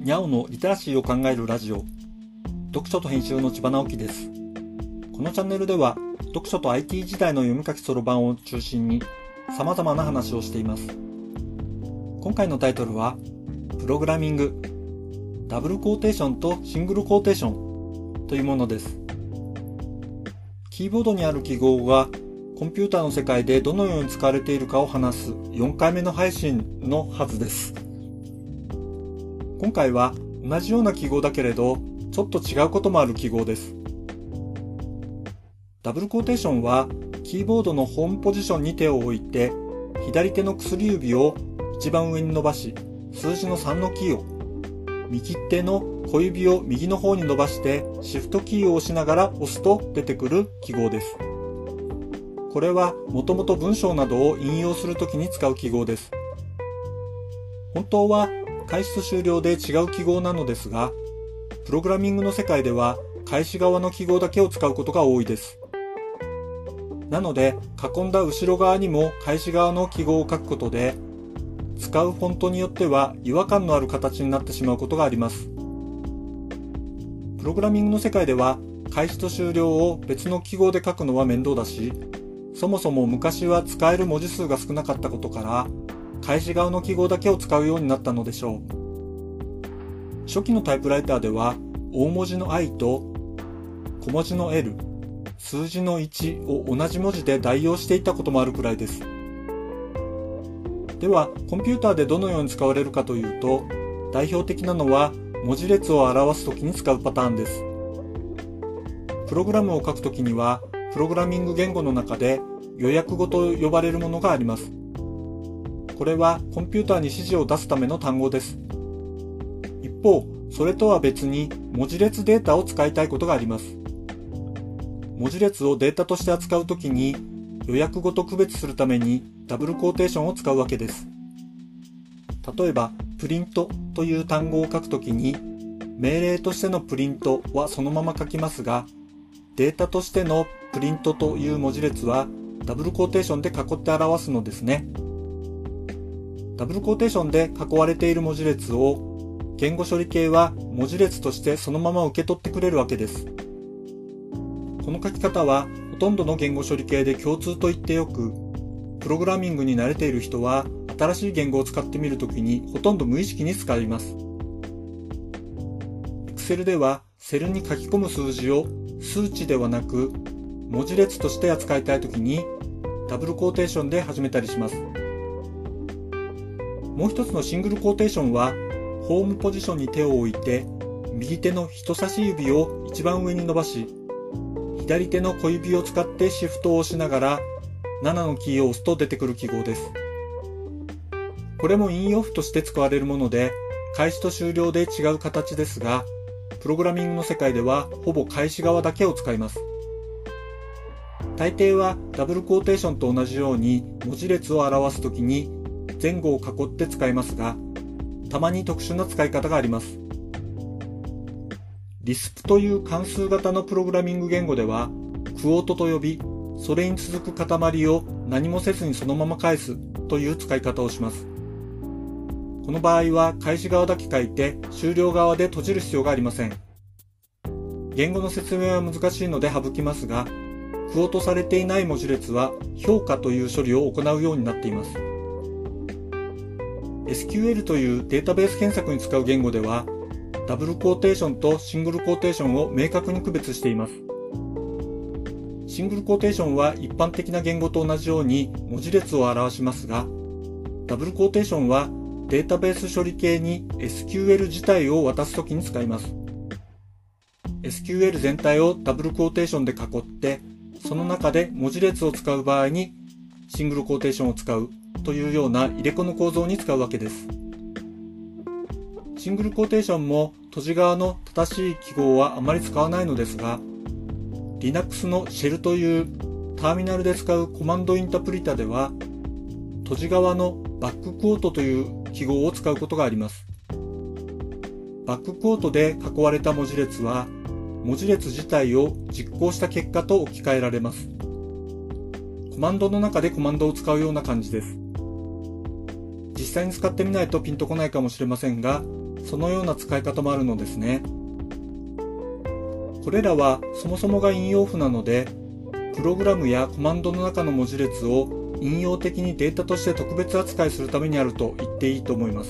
にゃおのリテラシーを考えるラジオ、読書と編集の千葉直樹です。このチャンネルでは読書と IT 時代の読み書きそろばんを中心に様々な話をしています。今回のタイトルはプログラミング、ダブルコーテーションとシングルコーテーションというものです。キーボードにある記号がコンピューターの世界でどのように使われているかを話す4回目の配信のはずです。今回は同じような記号だけれどちょっと違うこともある記号です。ダブルコーテーションはキーボードのホームポジションに手を置いて左手の薬指を一番上に伸ばし数字の3のキーを、右手の小指を右の方に伸ばしてシフトキーを押しながら押すと出てくる記号です。これはもともと文章などを引用するときに使う記号です。本当は開始と終了で違う記号なのですが、プログラミングの世界では開始側の記号だけを使うことが多いです。なので囲んだ後ろ側にも開始側の記号を書くことで、使うフォントによっては違和感のある形になってしまうことがあります。プログラミングの世界では開始と終了を別の記号で書くのは面倒だし、そもそも昔は使える文字数が少なかったことから開始側の記号だけを使うようになったのでしょう。初期のタイプライターでは大文字の I と小文字の L、数字の1を同じ文字で代用していたこともあるくらいです。ではコンピューターでどのように使われるかというと、代表的なのは文字列を表すときに使うパターンです。プログラムを書くときにはプログラミング言語の中で予約語と呼ばれるものがあります。これはコンピューターに指示を出すための単語です。一方、それとは別に文字列データを使いたいことがあります。文字列をデータとして扱うときに予約語と区別するためにダブルコーテーションを使うわけです。例えば、プリントという単語を書くときに命令としてのプリントはそのまま書きますが、データとしてのプリントという文字列はダブルコーテーションで囲って表すのですね。ダブルコーテーションで囲われている文字列を言語処理系は文字列としてそのまま受け取ってくれるわけです。この書き方はほとんどの言語処理系で共通と言ってよく、プログラミングに慣れている人は新しい言語を使ってみるときにほとんど無意識に使います。Excel ではセルに書き込む数字を数値ではなく文字列として扱いたいときにダブルコーテーションで始めたりします。もう一つのシングルコーテーションはホームポジションに手を置いて右手の人差し指を一番上に伸ばし、左手の小指を使ってシフトを押しながら7のキーを押すと出てくる記号です。これも引用符として使われるもので開始と終了で違う形ですが、プログラミングの世界ではほぼ開始側だけを使います。大抵はダブルコーテーションと同じように文字列を表すときに前後を囲って使いますが、たまに特殊な使い方があります。Lisp という関数型のプログラミング言語ではクオートと呼び、それに続く塊を何もせずにそのまま返すという使い方をします。この場合は開始側だけ書いて終了側で閉じる必要がありません。言語の説明は難しいので省きますが、クオートされていない文字列は評価という処理を行うようになっています。SQL というデータベース検索に使う言語ではダブルコーテーションとシングルコーテーションを明確に区別しています。シングルコーテーションは一般的な言語と同じように文字列を表しますが、ダブルコーテーションはデータベース処理系に SQL 自体を渡すときに使います。SQL 全体をダブルコーテーションで囲って、その中で文字列を使う場合にシングルコーテーションを使うというような入れ子の構造に使うわけです。シングルコーテーションも閉じ側の正しい記号はあまり使わないのですが、Linux のシェルというターミナルで使うコマンドインタープリタでは閉じ側のバッククォートという記号を使うことがあります。バッククォートで囲われた文字列は文字列自体を実行した結果と置き換えられます。コマンドの中でコマンドを使うような感じです。実際に使ってみないとピンとこないかもしれませんが、 そのような使い方もあるのですね。これらはそもそもが引用符なので、プログラムやコマンドの中の文字列を引用的にデータとして特別扱いするためにあると言っていいと思います。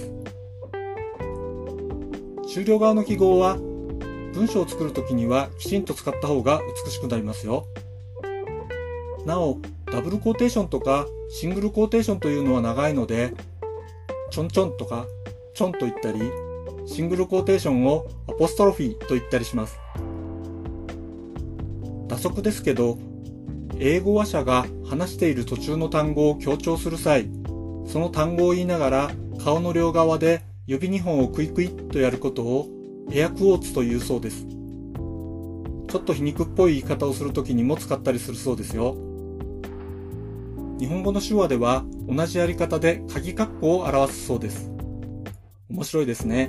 終了側の記号は文章を作るときにはきちんと使った方が美しくなりますよ。なお、ダブルコーテーションとかシングルコーテーションというのは長いので、ちょんちょんとかちょんと言ったり、シングルコーテーションをアポストロフィーと言ったりします。打足ですけど、英語話者が話している途中の単語を強調する際、その単語を言いながら顔の両側で指2本をクイクイとやることをエアクォーツというそうです。ちょっと皮肉っぽい言い方をするときにも使ったりするそうですよ。日本語の手話では同じやり方で鍵括弧を表すそうです。面白いですね。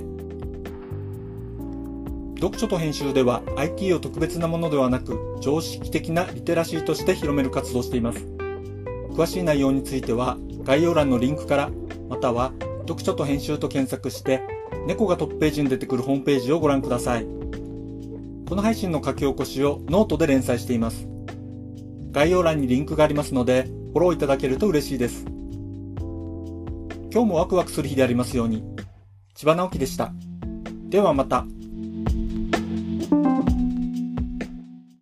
読書と編集では IT を特別なものではなく常識的なリテラシーとして広める活動をしています。詳しい内容については概要欄のリンクからまたは読書と編集と検索して猫がトップページに出てくるホームページをご覧ください。この配信の書き起こしをノートで連載しています。概要欄にリンクがありますのでフォローいただけると嬉しいです。今日もワクワクする日でありますように。千葉直樹でした。ではまた。